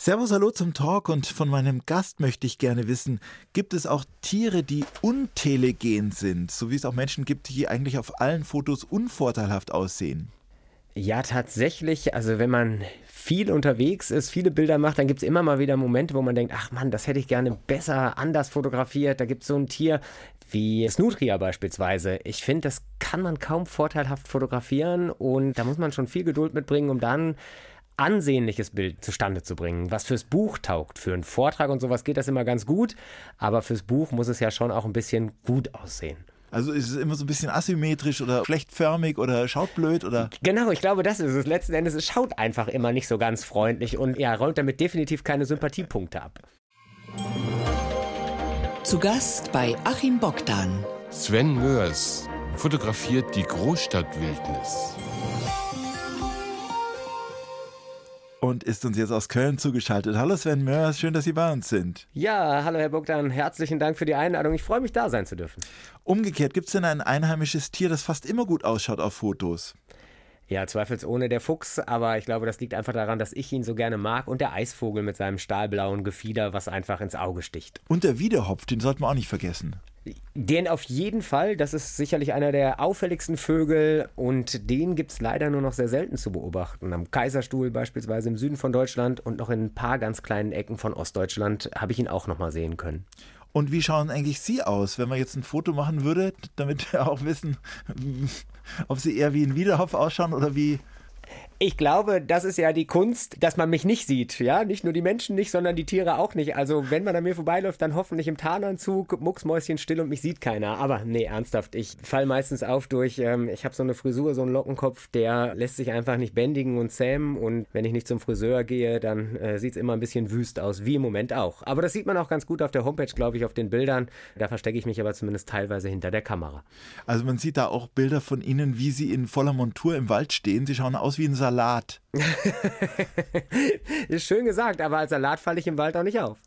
Servus, hallo zum Talk und von meinem Gast möchte ich gerne wissen, gibt es auch Tiere, die untelegen sind, so wie es auch Menschen gibt, die eigentlich auf allen Fotos unvorteilhaft aussehen? Ja, tatsächlich, also wenn man viel unterwegs ist, viele Bilder macht, dann gibt es immer mal wieder Momente, wo man denkt, ach Mann, das hätte ich gerne besser, anders fotografiert. Da gibt es so ein Tier wie das Nutria beispielsweise. Ich finde, das kann man kaum vorteilhaft fotografieren und da muss man schon viel Geduld mitbringen, um dann ansehnliches Bild zustande zu bringen, was fürs Buch taugt. Für einen Vortrag und sowas geht das immer ganz gut, aber fürs Buch muss es ja schon auch ein bisschen gut aussehen. Also ist es immer so ein bisschen asymmetrisch oder schlechtförmig oder schaut blöd oder? Genau, ich glaube, das ist es. Letzten Endes, es schaut einfach immer nicht so ganz freundlich und ja, räumt damit definitiv keine Sympathiepunkte ab. Zu Gast bei Achim Bogdan. Sven Moers fotografiert die Großstadtwildnis. Und ist uns jetzt aus Köln zugeschaltet. Hallo Sven Moers, schön, dass Sie bei uns sind. Ja, hallo Herr Bogdan, herzlichen Dank für die Einladung. Ich freue mich, da sein zu dürfen. Umgekehrt, gibt es denn ein einheimisches Tier, das fast immer gut ausschaut auf Fotos? Ja, zweifelsohne der Fuchs, aber ich glaube, das liegt einfach daran, dass ich ihn so gerne mag und der Eisvogel mit seinem stahlblauen Gefieder, was einfach ins Auge sticht. Und der Wiedehopf, den sollten wir auch nicht vergessen. Den auf jeden Fall, das ist sicherlich einer der auffälligsten Vögel und den gibt es leider nur noch sehr selten zu beobachten. Am Kaiserstuhl beispielsweise im Süden von Deutschland und noch in ein paar ganz kleinen Ecken von Ostdeutschland habe ich ihn auch noch mal sehen können. Und wie schauen eigentlich Sie aus, wenn man jetzt ein Foto machen würde, damit wir auch wissen, ob Sie eher wie ein Wiedehopf ausschauen oder wie... Ich glaube, das ist ja die Kunst, dass man mich nicht sieht. Ja, nicht nur die Menschen nicht, sondern die Tiere auch nicht. Also wenn man an mir vorbeiläuft, dann hoffentlich im Tarnanzug, mucksmäuschenstill und mich sieht keiner. Aber nee, ernsthaft, ich falle meistens auf durch, ich habe so eine Frisur, so einen Lockenkopf, der lässt sich einfach nicht bändigen und zähmen. Und wenn ich nicht zum Friseur gehe, dann sieht es immer ein bisschen wüst aus, wie im Moment auch. Aber das sieht man auch ganz gut auf der Homepage, glaube ich, auf den Bildern. Da verstecke ich mich aber zumindest teilweise hinter der Kamera. Also man sieht da auch Bilder von Ihnen, wie Sie in voller Montur im Wald stehen. Sie schauen aus wie ein Salat. Ist schön gesagt, aber als Salat falle ich im Wald auch nicht auf.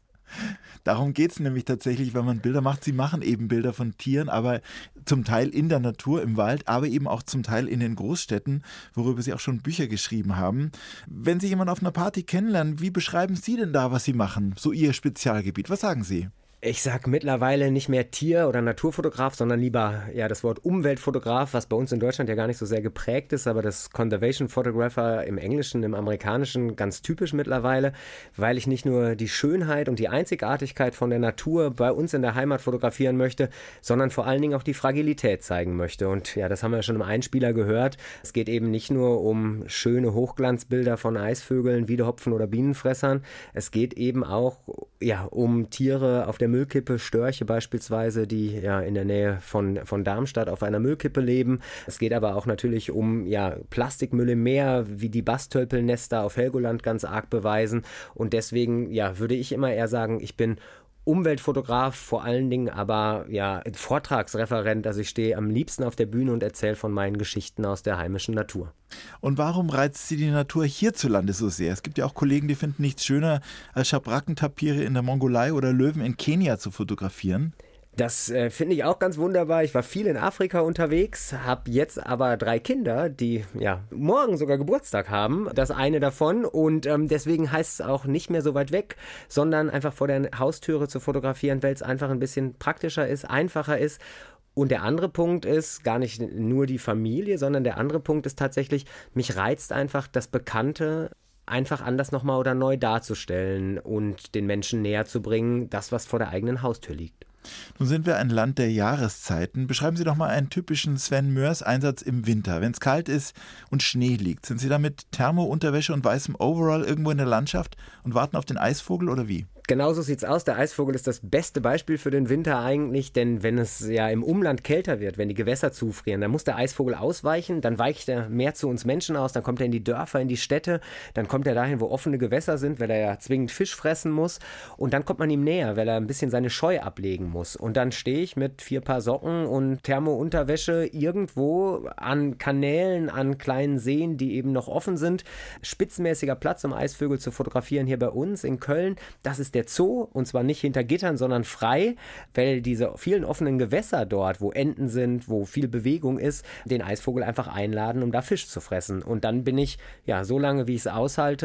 Darum geht es nämlich tatsächlich, wenn man Bilder macht. Sie machen eben Bilder von Tieren, aber zum Teil in der Natur, im Wald, aber eben auch zum Teil in den Großstädten, worüber Sie auch schon Bücher geschrieben haben. Wenn Sie jemanden auf einer Party kennenlernen, wie beschreiben Sie denn da, was Sie machen? So Ihr Spezialgebiet. Was sagen Sie? Ich sage mittlerweile nicht mehr Tier- oder Naturfotograf, sondern lieber ja das Wort Umweltfotograf, was bei uns in Deutschland ja gar nicht so sehr geprägt ist, aber das Conservation Photographer im Englischen, im Amerikanischen ganz typisch mittlerweile, weil ich nicht nur die Schönheit und die Einzigartigkeit von der Natur bei uns in der Heimat fotografieren möchte, sondern vor allen Dingen auch die Fragilität zeigen möchte. Und ja, das haben wir ja schon im Einspieler gehört. Es geht eben nicht nur um schöne Hochglanzbilder von Eisvögeln, Wiedehopfen oder Bienenfressern. Es geht eben auch ja, um Tiere auf der Müllkippe, Störche beispielsweise, die ja in der Nähe von Darmstadt auf einer Müllkippe leben. Es geht aber auch natürlich um ja, Plastikmüll im Meer, wie die Bastölpelnester auf Helgoland ganz arg beweisen. Und deswegen ja, würde ich immer eher sagen, ich bin Umweltfotograf vor allen Dingen, aber ja, Vortragsreferent. Also ich stehe am liebsten auf der Bühne und erzähle von meinen Geschichten aus der heimischen Natur. Und warum reizt Sie die Natur hierzulande so sehr? Es gibt ja auch Kollegen, die finden nichts schöner, als Schabrackentapire in der Mongolei oder Löwen in Kenia zu fotografieren. Das finde ich auch ganz wunderbar. Ich war viel in Afrika unterwegs, habe jetzt aber 3 Kinder, die ja morgen sogar Geburtstag haben. Das eine davon und deswegen heißt es auch nicht mehr so weit weg, sondern einfach vor der Haustüre zu fotografieren, weil es einfach ein bisschen praktischer ist, einfacher ist. Und der andere Punkt ist gar nicht nur die Familie, sondern der andere Punkt ist tatsächlich, mich reizt einfach das Bekannte einfach anders nochmal oder neu darzustellen und den Menschen näher zu bringen, das, was vor der eigenen Haustür liegt. Nun sind wir ein Land der Jahreszeiten. Beschreiben Sie doch mal einen typischen Sven Moers Einsatz im Winter. Wenn es kalt ist und Schnee liegt, sind Sie da mit Thermo-Unterwäsche und weißem Overall irgendwo in der Landschaft und warten auf den Eisvogel oder wie? Genauso sieht's aus. Der Eisvogel ist das beste Beispiel für den Winter eigentlich, denn wenn es ja im Umland kälter wird, wenn die Gewässer zufrieren, dann muss der Eisvogel ausweichen, dann weicht er mehr zu uns Menschen aus, dann kommt er in die Dörfer, in die Städte, dann kommt er dahin, wo offene Gewässer sind, weil er ja zwingend Fisch fressen muss und dann kommt man ihm näher, weil er ein bisschen seine Scheu ablegen muss und dann stehe ich mit 4 Paar Socken und Thermo-Unterwäsche irgendwo an Kanälen, an kleinen Seen, die eben noch offen sind. Spitzenmäßiger Platz, um Eisvögel zu fotografieren hier bei uns in Köln. Das ist der Zoo und zwar nicht hinter Gittern, sondern frei, weil diese vielen offenen Gewässer dort, wo Enten sind, wo viel Bewegung ist, den Eisvogel einfach einladen, um da Fisch zu fressen. Und dann bin ich ja so lange, wie ich es aushalte,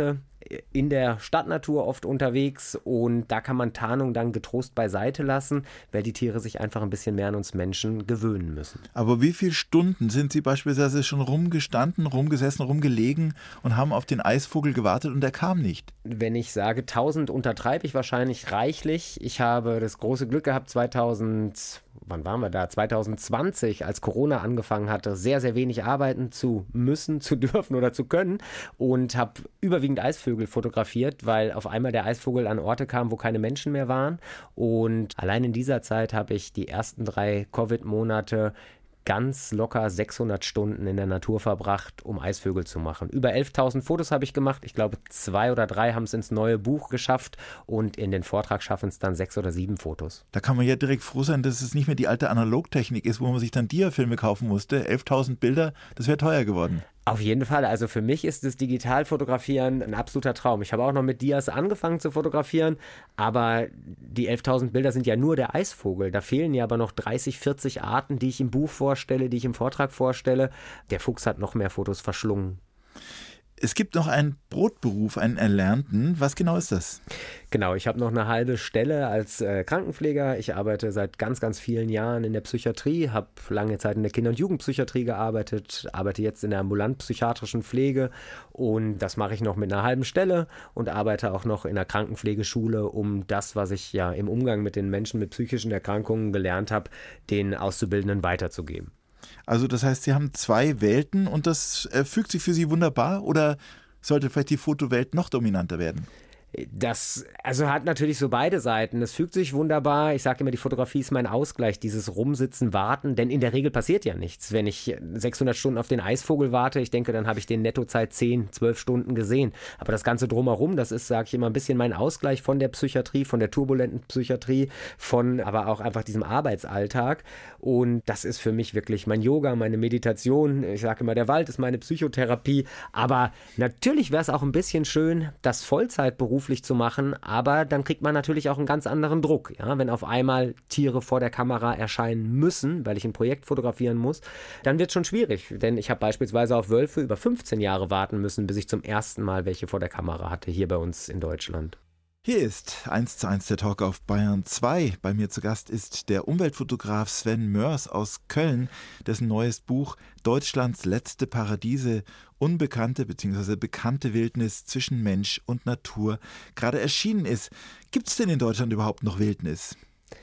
in der Stadtnatur oft unterwegs und da kann man Tarnung dann getrost beiseite lassen, weil die Tiere sich einfach ein bisschen mehr an uns Menschen gewöhnen müssen. Aber wie viele Stunden sind Sie beispielsweise schon rumgestanden, rumgesessen, rumgelegen und haben auf den Eisvogel gewartet und er kam nicht? Wenn ich sage 1000, untertreibe ich wahrscheinlich reichlich. Ich habe das große Glück gehabt, 2020, als Corona angefangen hatte, sehr, sehr wenig arbeiten zu müssen, zu dürfen oder zu können und habe überwiegend Eisvögel fotografiert, weil auf einmal der Eisvogel an Orte kam, wo keine Menschen mehr waren. Und allein in dieser Zeit habe ich die ersten 3 Covid-Monate ganz locker 600 Stunden in der Natur verbracht, um Eisvögel zu machen. Über 11.000 Fotos habe ich gemacht. Ich glaube, 2 oder 3 haben es ins neue Buch geschafft und in den Vortrag schaffen es dann 6 oder 7 Fotos. Da kann man ja direkt froh sein, dass es nicht mehr die alte Analogtechnik ist, wo man sich dann Diafilme kaufen musste. 11.000 Bilder, das wäre teuer geworden. Auf jeden Fall. Also für mich ist das Digitalfotografieren ein absoluter Traum. Ich habe auch noch mit Dias angefangen zu fotografieren, aber die 11.000 Bilder sind ja nur der Eisvogel. Da fehlen ja aber noch 30, 40 Arten, die ich im Buch vorstelle, die ich im Vortrag vorstelle. Der Fuchs hat noch mehr Fotos verschlungen. Es gibt noch einen Brotberuf, einen Erlernten. Was genau ist das? Genau, ich habe noch eine halbe Stelle als Krankenpfleger. Ich arbeite seit ganz, ganz vielen Jahren in der Psychiatrie, habe lange Zeit in der Kinder- und Jugendpsychiatrie gearbeitet, arbeite jetzt in der ambulant-psychiatrischen Pflege und das mache ich noch mit einer halben Stelle und arbeite auch noch in der Krankenpflegeschule, um das, was ich ja im Umgang mit den Menschen mit psychischen Erkrankungen gelernt habe, den Auszubildenden weiterzugeben. Also das heißt, Sie haben 2 Welten und das fügt sich für Sie wunderbar oder sollte vielleicht die Fotowelt noch dominanter werden? Das hat natürlich so beide Seiten. Es fügt sich wunderbar. Ich sage immer, die Fotografie ist mein Ausgleich, dieses Rumsitzen, Warten, denn in der Regel passiert ja nichts. Wenn ich 600 Stunden auf den Eisvogel warte, ich denke, dann habe ich den Nettozeit 10, 12 Stunden gesehen. Aber das Ganze drumherum, das ist, sage ich immer, ein bisschen mein Ausgleich von der Psychiatrie, von der turbulenten Psychiatrie, von aber auch einfach diesem Arbeitsalltag. Und das ist für mich wirklich mein Yoga, meine Meditation. Ich sage immer, der Wald ist meine Psychotherapie. Aber natürlich wäre es auch ein bisschen schön, das Vollzeitberuf zu machen, aber dann kriegt man natürlich auch einen ganz anderen Druck. Ja? Wenn auf einmal Tiere vor der Kamera erscheinen müssen, weil ich ein Projekt fotografieren muss, dann wird es schon schwierig. Denn ich habe beispielsweise auf Wölfe über 15 Jahre warten müssen, bis ich zum ersten Mal welche vor der Kamera hatte, hier bei uns in Deutschland. Hier ist 1:1 der Talk auf Bayern 2. Bei mir zu Gast ist der Umweltfotograf Sven Moers aus Köln, dessen neues Buch Deutschlands letzte Paradiese, unbekannte bzw. bekannte Wildnis zwischen Mensch und Natur gerade erschienen ist. Gibt es denn in Deutschland überhaupt noch Wildnis?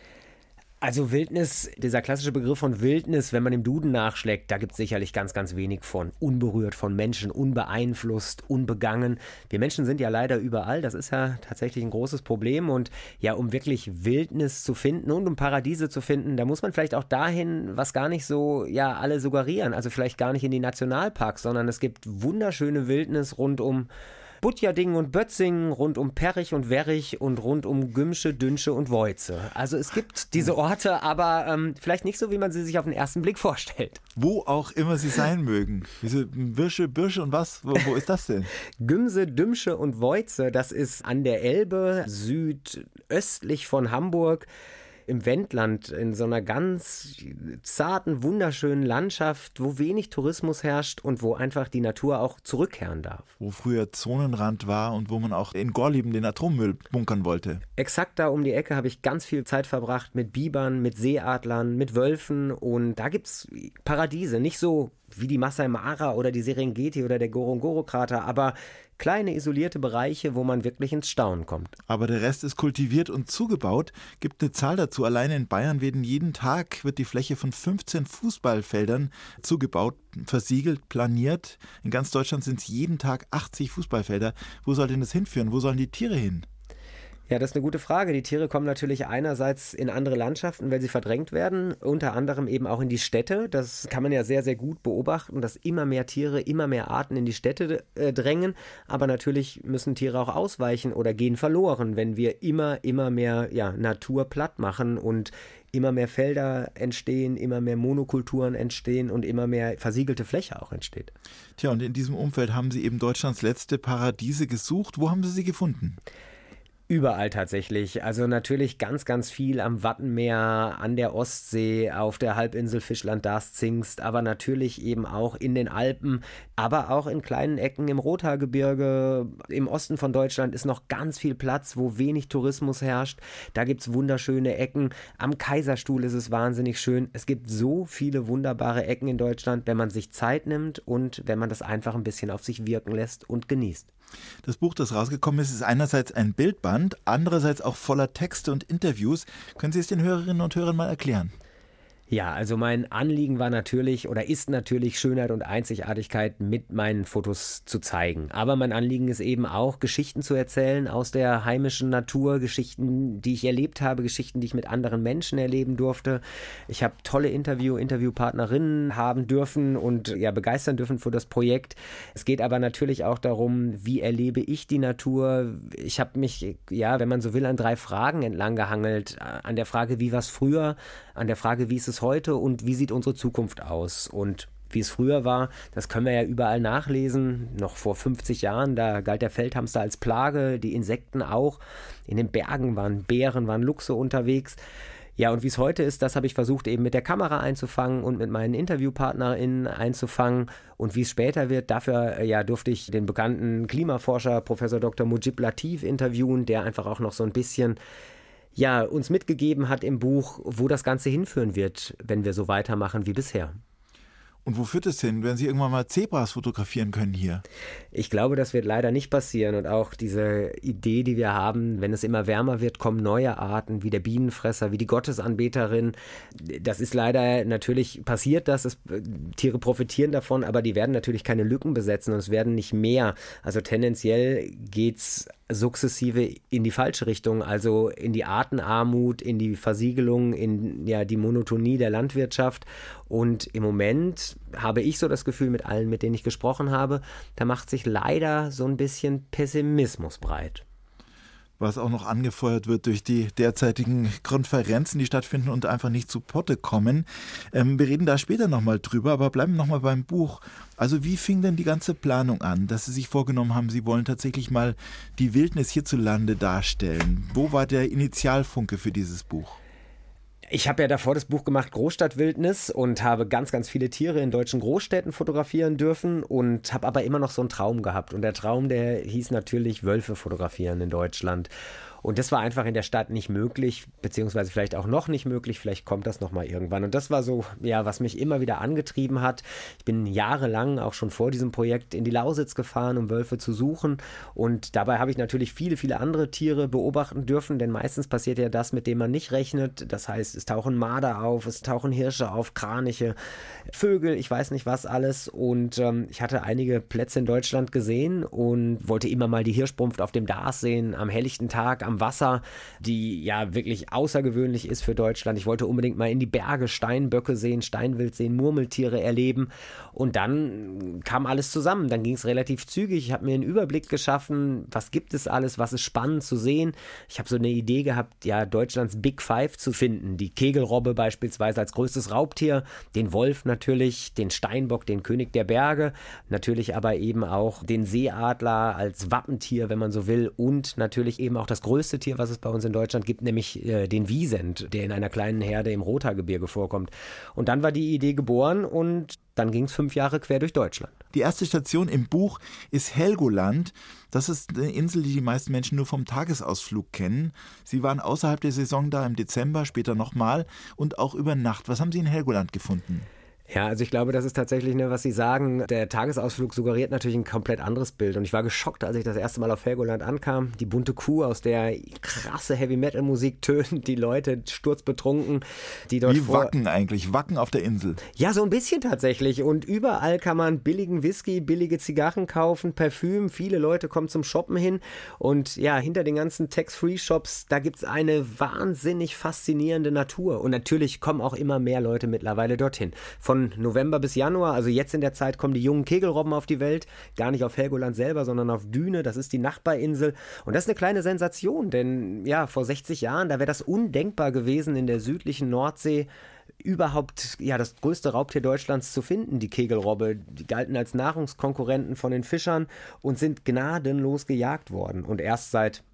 Also Wildnis, dieser klassische Begriff von Wildnis, wenn man im Duden nachschlägt, da gibt es sicherlich ganz, ganz wenig von. Unberührt von Menschen, unbeeinflusst, unbegangen. Wir Menschen sind ja leider überall, das ist ja tatsächlich ein großes Problem. Und ja, um wirklich Wildnis zu finden und um Paradiese zu finden, da muss man vielleicht auch dahin, was gar nicht so, ja, alle suggerieren. Also vielleicht gar nicht in die Nationalparks, sondern es gibt wunderschöne Wildnis rund um Butjadingen und Bötzingen, rund um Perrich und Werrich und rund um Gümsche, Dünsche und Woize. Also es gibt diese Orte, aber vielleicht nicht so, wie man sie sich auf den ersten Blick vorstellt. Wo auch immer sie sein mögen. Diese Wirsche, Bürsche und was? Wo ist das denn? Gümse, Dümsche und Woize, das ist an der Elbe, südöstlich von Hamburg. Im Wendland, in so einer ganz zarten, wunderschönen Landschaft, wo wenig Tourismus herrscht und wo einfach die Natur auch zurückkehren darf. Wo früher Zonenrand war und wo man auch in Gorleben den Atommüll bunkern wollte. Exakt da um die Ecke habe ich ganz viel Zeit verbracht mit Bibern, mit Seeadlern, mit Wölfen und da gibt es Paradiese, nicht so wie die Masai Mara oder die Serengeti oder der Ngorongoro-Krater, aber kleine isolierte Bereiche, wo man wirklich ins Staunen kommt. Aber der Rest ist kultiviert und zugebaut. Gibt eine Zahl dazu. Alleine in Bayern wird die Fläche von 15 Fußballfeldern zugebaut, versiegelt, planiert. In ganz Deutschland sind es jeden Tag 80 Fußballfelder. Wo soll denn das hinführen? Wo sollen die Tiere hin? Ja, das ist eine gute Frage. Die Tiere kommen natürlich einerseits in andere Landschaften, weil sie verdrängt werden, unter anderem eben auch in die Städte. Das kann man ja sehr, sehr gut beobachten, dass immer mehr Tiere, immer mehr Arten in die Städte drängen. Aber natürlich müssen Tiere auch ausweichen oder gehen verloren, wenn wir immer mehr Natur platt machen und immer mehr Felder entstehen, immer mehr Monokulturen entstehen und immer mehr versiegelte Fläche auch entsteht. Tja, und in diesem Umfeld haben Sie eben Deutschlands letzte Paradiese gesucht. Wo haben Sie sie gefunden? Überall tatsächlich. Also natürlich ganz, ganz viel am Wattenmeer, an der Ostsee, auf der Halbinsel Fischland-Darß-Zingst, aber natürlich eben auch in den Alpen, aber auch in kleinen Ecken im Rothaargebirge. Im Osten von Deutschland ist noch ganz viel Platz, wo wenig Tourismus herrscht. Da gibt es wunderschöne Ecken. Am Kaiserstuhl ist es wahnsinnig schön. Es gibt so viele wunderbare Ecken in Deutschland, wenn man sich Zeit nimmt und wenn man das einfach ein bisschen auf sich wirken lässt und genießt. Das Buch, das rausgekommen ist, ist einerseits ein Bildband, andererseits auch voller Texte und Interviews. Können Sie es den Hörerinnen und Hörern mal erklären? Ja, also mein Anliegen war natürlich oder ist natürlich Schönheit und Einzigartigkeit mit meinen Fotos zu zeigen. Aber mein Anliegen ist eben auch, Geschichten zu erzählen aus der heimischen Natur, Geschichten, die ich erlebt habe, Geschichten, die ich mit anderen Menschen erleben durfte. Ich habe tolle Interviewpartnerinnen haben dürfen und ja begeistern dürfen für das Projekt. Es geht aber natürlich auch darum, wie erlebe ich die Natur. Ich habe mich, ja, wenn man so will, an 3 Fragen entlang gehangelt. An der Frage, wie war es früher, an der Frage, wie ist es heute und wie sieht unsere Zukunft aus? Und wie es früher war, das können wir ja überall nachlesen. Noch vor 50 Jahren, da galt der Feldhamster als Plage, die Insekten auch. In den Bergen waren Bären, waren Luchse unterwegs. Ja, und wie es heute ist, das habe ich versucht eben mit der Kamera einzufangen und mit meinen InterviewpartnerInnen einzufangen. Und wie es später wird, dafür durfte ich den bekannten Klimaforscher Professor Dr. Mujib Latif interviewen, der einfach auch noch so ein bisschen uns mitgegeben hat im Buch, wo das Ganze hinführen wird, wenn wir so weitermachen wie bisher. Und wo führt es hin? Werden Sie irgendwann mal Zebras fotografieren können hier? Ich glaube, das wird leider nicht passieren. Und auch diese Idee, die wir haben, wenn es immer wärmer wird, kommen neue Arten, wie der Bienenfresser, wie die Gottesanbeterin. Das ist leider, natürlich passiert das, Tiere profitieren davon, aber die werden natürlich keine Lücken besetzen und es werden nicht mehr. Also tendenziell geht's sukzessive in die falsche Richtung, also in die Artenarmut, in die Versiegelung, in die Monotonie der Landwirtschaft. Und im Moment habe ich so das Gefühl, mit allen, mit denen ich gesprochen habe, da macht sich leider so ein bisschen Pessimismus breit. Was auch noch angefeuert wird durch die derzeitigen Konferenzen, die stattfinden und einfach nicht zu Potte kommen. Wir reden da später nochmal drüber, aber bleiben nochmal beim Buch. Also wie fing denn die ganze Planung an, dass Sie sich vorgenommen haben, Sie wollen tatsächlich mal die Wildnis hierzulande darstellen? Wo war der Initialfunke für dieses Buch? Ich habe ja davor das Buch gemacht, Großstadtwildnis, und habe ganz, ganz viele Tiere in deutschen Großstädten fotografieren dürfen und habe aber immer noch so einen Traum gehabt. Und der Traum, der hieß natürlich Wölfe fotografieren in Deutschland. Und das war einfach in der Stadt nicht möglich, beziehungsweise vielleicht auch noch nicht möglich. Vielleicht kommt das nochmal irgendwann. Und das war so, was mich immer wieder angetrieben hat. Ich bin jahrelang auch schon vor diesem Projekt in die Lausitz gefahren, um Wölfe zu suchen. Und dabei habe ich natürlich viele, viele andere Tiere beobachten dürfen, denn meistens passiert ja das, mit dem man nicht rechnet. Das heißt, es tauchen Marder auf, es tauchen Hirsche auf, Kraniche, Vögel, ich weiß nicht was alles. Und ich hatte einige Plätze in Deutschland gesehen und wollte immer mal die Hirschbrunft auf dem Darß sehen, am helllichten Tag, am Wasser, die ja wirklich außergewöhnlich ist für Deutschland. Ich wollte unbedingt mal in die Berge Steinböcke sehen, Steinwild sehen, Murmeltiere erleben. Und dann kam alles zusammen. Dann ging es relativ zügig. Ich habe mir einen Überblick geschaffen, was gibt es alles, was ist spannend zu sehen. Ich habe so eine Idee gehabt, Deutschlands Big Five zu finden. Die Kegelrobbe beispielsweise als größtes Raubtier, den Wolf natürlich, den Steinbock, den König der Berge, natürlich aber eben auch den Seeadler als Wappentier, wenn man so will, und natürlich eben auch das größte Tier, was es bei uns in Deutschland gibt, nämlich den Wisent, der in einer kleinen Herde im Rothaargebirge vorkommt. Und dann war die Idee geboren und dann ging es 5 Jahre quer durch Deutschland. Die erste Station im Buch ist Helgoland. Das ist eine Insel, die die meisten Menschen nur vom Tagesausflug kennen. Sie waren außerhalb der Saison da im Dezember, später nochmal und auch über Nacht. Was haben Sie in Helgoland gefunden? Ja, also ich glaube, das ist tatsächlich, was Sie sagen, der Tagesausflug suggeriert natürlich ein komplett anderes Bild. Und ich war geschockt, als ich das erste Mal auf Helgoland ankam. Die bunte Kuh, aus der krasse Heavy-Metal-Musik tönt, die Leute sturzbetrunken, die dort Wie Wacken eigentlich, Wacken auf der Insel. Ja, so ein bisschen tatsächlich. Und überall kann man billigen Whisky, billige Zigarren kaufen, Parfüm. Viele Leute kommen zum Shoppen hin. Und hinter den ganzen Tax-Free-Shops, da gibt es eine wahnsinnig faszinierende Natur. Und natürlich kommen auch immer mehr Leute mittlerweile dorthin. Von November bis Januar, also jetzt in der Zeit, kommen die jungen Kegelrobben auf die Welt, gar nicht auf Helgoland selber, sondern auf Düne, das ist die Nachbarinsel, und das ist eine kleine Sensation, denn vor 60 Jahren, da wäre das undenkbar gewesen, in der südlichen Nordsee überhaupt das größte Raubtier Deutschlands zu finden, die Kegelrobbe. Die galten als Nahrungskonkurrenten von den Fischern und sind gnadenlos gejagt worden. Und erst seit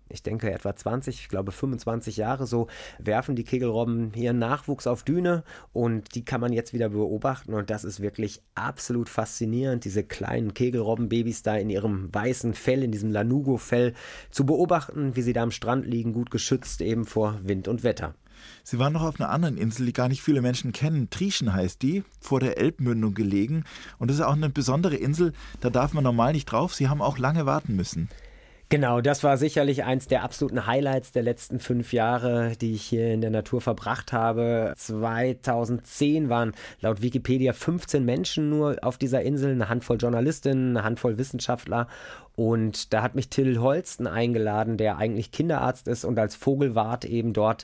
ich denke etwa 20, ich glaube 25 Jahre so, werfen die Kegelrobben ihren Nachwuchs auf Düne und die kann man jetzt wieder beobachten und das ist wirklich absolut faszinierend, diese kleinen Kegelrobbenbabys da in ihrem weißen Fell, in diesem Lanugo-Fell zu beobachten, wie sie da am Strand liegen, gut geschützt eben vor Wind und Wetter. Sie waren noch auf einer anderen Insel, die gar nicht viele Menschen kennen. Trieschen heißt die, vor der Elbmündung gelegen. Und das ist auch eine besondere Insel, da darf man normal nicht drauf. Sie haben auch lange warten müssen. Genau, das war sicherlich eins der absoluten Highlights der letzten 5 Jahre, die ich hier in der Natur verbracht habe. 2010 waren laut Wikipedia 15 Menschen nur auf dieser Insel, eine Handvoll Journalistinnen, eine Handvoll Wissenschaftler. Und da hat mich Till Holsten eingeladen, der eigentlich Kinderarzt ist und als Vogelwart eben dort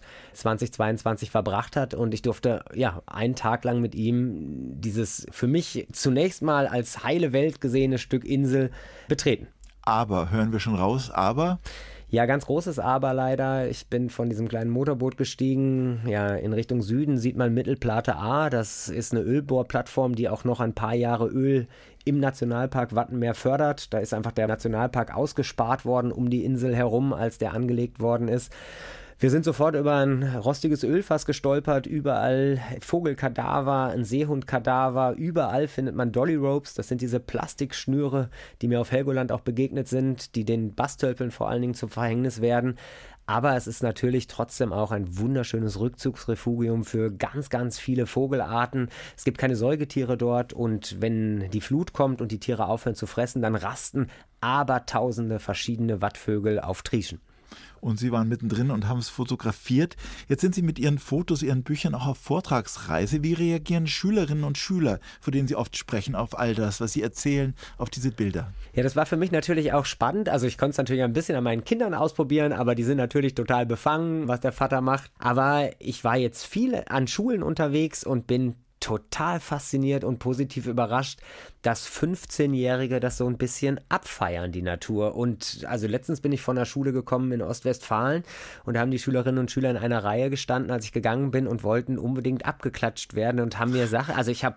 2022 verbracht hat. Und ich durfte einen Tag lang mit ihm dieses für mich zunächst mal als heile Welt gesehene Stück Insel betreten. Aber, hören wir schon raus, aber? Ja, ganz großes Aber leider. Ich bin von diesem kleinen Motorboot gestiegen. Ja, in Richtung Süden sieht man Mittelplate A. Das ist eine Ölbohrplattform, die auch noch ein paar Jahre Öl im Nationalpark Wattenmeer fördert. Da ist einfach der Nationalpark ausgespart worden um die Insel herum, als der angelegt worden ist. Wir sind sofort über ein rostiges Ölfass gestolpert, überall Vogelkadaver, ein Seehundkadaver, überall findet man Dolly Ropes, das sind diese Plastikschnüre, die mir auf Helgoland auch begegnet sind, die den Bastölpeln vor allen Dingen zum Verhängnis werden. Aber es ist natürlich trotzdem auch ein wunderschönes Rückzugsrefugium für ganz, ganz viele Vogelarten. Es gibt keine Säugetiere dort und wenn die Flut kommt und die Tiere aufhören zu fressen, dann rasten abertausende verschiedene Wattvögel auf Trieschen. Und Sie waren mittendrin und haben es fotografiert. Jetzt sind Sie mit Ihren Fotos, Ihren Büchern auch auf Vortragsreise. Wie reagieren Schülerinnen und Schüler, vor denen Sie oft sprechen, auf all das, was Sie erzählen, auf diese Bilder? Ja, das war für mich natürlich auch spannend. Also ich konnte es natürlich ein bisschen an meinen Kindern ausprobieren, aber die sind natürlich total befangen, was der Vater macht. Aber ich war jetzt viel an Schulen unterwegs und bin total fasziniert und positiv überrascht, dass 15-Jährige das so ein bisschen abfeiern, die Natur. Und also letztens bin ich von der Schule gekommen in Ostwestfalen und da haben die Schülerinnen und Schüler in einer Reihe gestanden, als ich gegangen bin und wollten unbedingt abgeklatscht werden und haben mir Sachen, also ich habe